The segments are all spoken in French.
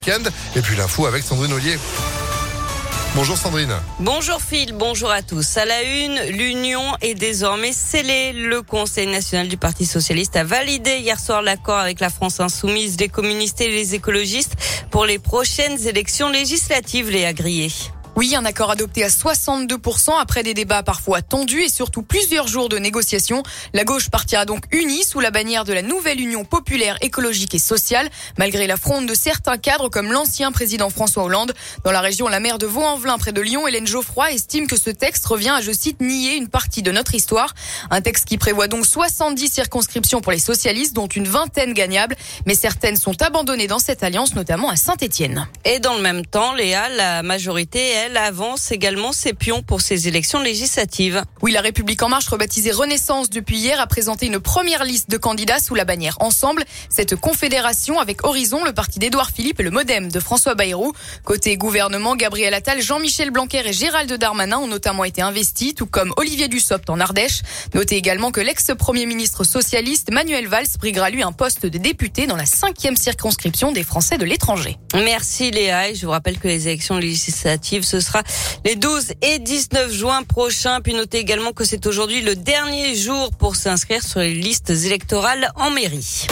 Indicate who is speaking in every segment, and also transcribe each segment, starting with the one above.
Speaker 1: Week-end. Et puis l'info avec Sandrine Ollier. Bonjour Sandrine.
Speaker 2: Bonjour Phil, bonjour à tous. À la une, l'union est désormais scellée. Le Conseil national du Parti socialiste a validé hier soir l'accord avec la France insoumise, les communistes et les écologistes pour les prochaines élections législatives, Léa Grillet.
Speaker 3: Oui, un accord adopté à 62% après des débats parfois tendus et surtout plusieurs jours de négociations. La gauche partira donc unie sous la bannière de la nouvelle union populaire, écologique et sociale, malgré la fronde de certains cadres comme l'ancien président François Hollande. Dans la région, la maire de Vaux-en-Velin, près de Lyon, Hélène Geoffroy, estime que ce texte revient à, je cite, nier une partie de notre histoire. Un texte qui prévoit donc 70 circonscriptions pour les socialistes, dont une vingtaine gagnables. Mais certaines sont abandonnées dans cette alliance, notamment à Saint-Étienne.
Speaker 2: Et dans le même temps, Léa, la majorité, elle avance également ses pions pour ces élections législatives.
Speaker 3: Oui, la République en marche, rebaptisée Renaissance depuis hier, a présenté une première liste de candidats sous la bannière Ensemble. Cette confédération avec Horizon, le parti d'Édouard Philippe et le MoDem de François Bayrou. Côté gouvernement, Gabriel Attal, Jean-Michel Blanquer et Gérald Darmanin ont notamment été investis, tout comme Olivier Dussopt en Ardèche. Notez également que l'ex-premier ministre socialiste Manuel Valls briguera lui un poste de député dans la 5e circonscription des Français de l'étranger.
Speaker 2: Merci Léa, et je vous rappelle que les élections législatives, ce sera les 12 et 19 juin prochains. Puis notez également que c'est aujourd'hui le dernier jour pour s'inscrire sur les listes électorales en mairie.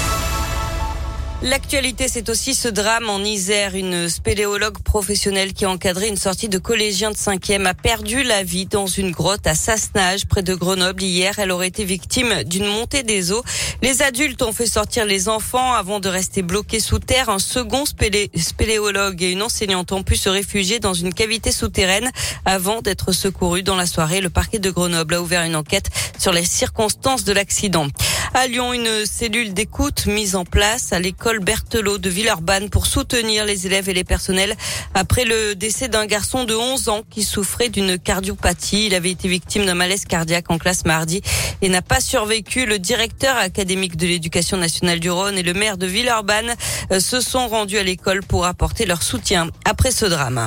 Speaker 2: L'actualité, c'est aussi ce drame en Isère. Une spéléologue professionnelle qui a encadré une sortie de collégiens de 5e a perdu la vie dans une grotte à Sassenage, près de Grenoble. Hier, elle aurait été victime d'une montée des eaux. Les adultes ont fait sortir les enfants avant de rester bloqués sous terre. Un second spéléologue et une enseignante ont pu se réfugier dans une cavité souterraine avant d'être secourus dans la soirée. Le parquet de Grenoble a ouvert une enquête sur les circonstances de l'accident. À Lyon, une cellule d'écoute mise en place à l'école Berthelot de Villeurbanne pour soutenir les élèves et les personnels après le décès d'un garçon de 11 ans qui souffrait d'une cardiopathie. Il avait été victime d'un malaise cardiaque en classe mardi et n'a pas survécu. Le directeur académique de l'Éducation nationale du Rhône et le maire de Villeurbanne se sont rendus à l'école pour apporter leur soutien après ce drame.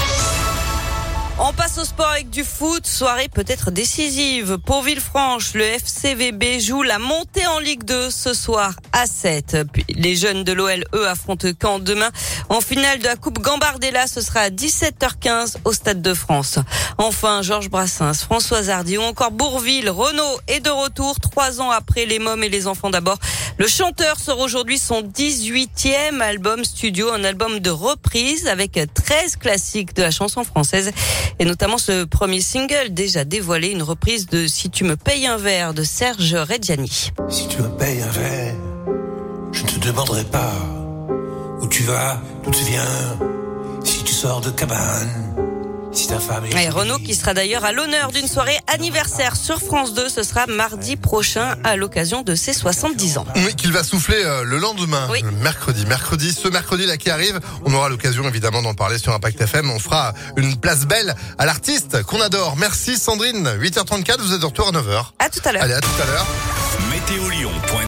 Speaker 2: On passe au sport avec du foot. Soirée peut-être décisive. Pour Villefranche, le FCVB joue la montée en Ligue 2 ce soir à 7. Puis les jeunes de l'OL, eux, affrontent Caen demain. En finale de la Coupe Gambardella, ce sera à 17h15 au Stade de France. Enfin, Georges Brassens, Françoise Hardy ou encore Bourvil, Renaud est de retour 3 ans après Les Mômes et les Enfants d'abord. Le chanteur sort aujourd'hui son 18e album studio, un album de reprise avec 13 classiques de la chanson française. Et notamment ce premier single déjà dévoilé, une reprise de Si tu me payes un verre de Serge Reggiani.
Speaker 4: Si tu me payes un verre, je ne te demanderai pas où tu vas, d'où tu viens, si tu sors de cabane. Si ta femme est...
Speaker 2: Et Renaud qui sera d'ailleurs à l'honneur d'une soirée anniversaire sur France 2, ce sera mardi prochain à l'occasion de ses 70 ans.
Speaker 1: Oui, qu'il va souffler le lendemain,
Speaker 2: oui.
Speaker 1: Le mercredi. Ce mercredi là qui arrive, on aura l'occasion évidemment d'en parler sur Impact FM. On fera une place belle à l'artiste qu'on adore. Merci Sandrine. 8h34, vous êtes de retour à 9h.
Speaker 2: À tout à l'heure.
Speaker 1: Allez, à tout à l'heure.
Speaker 5: Météo Lyon.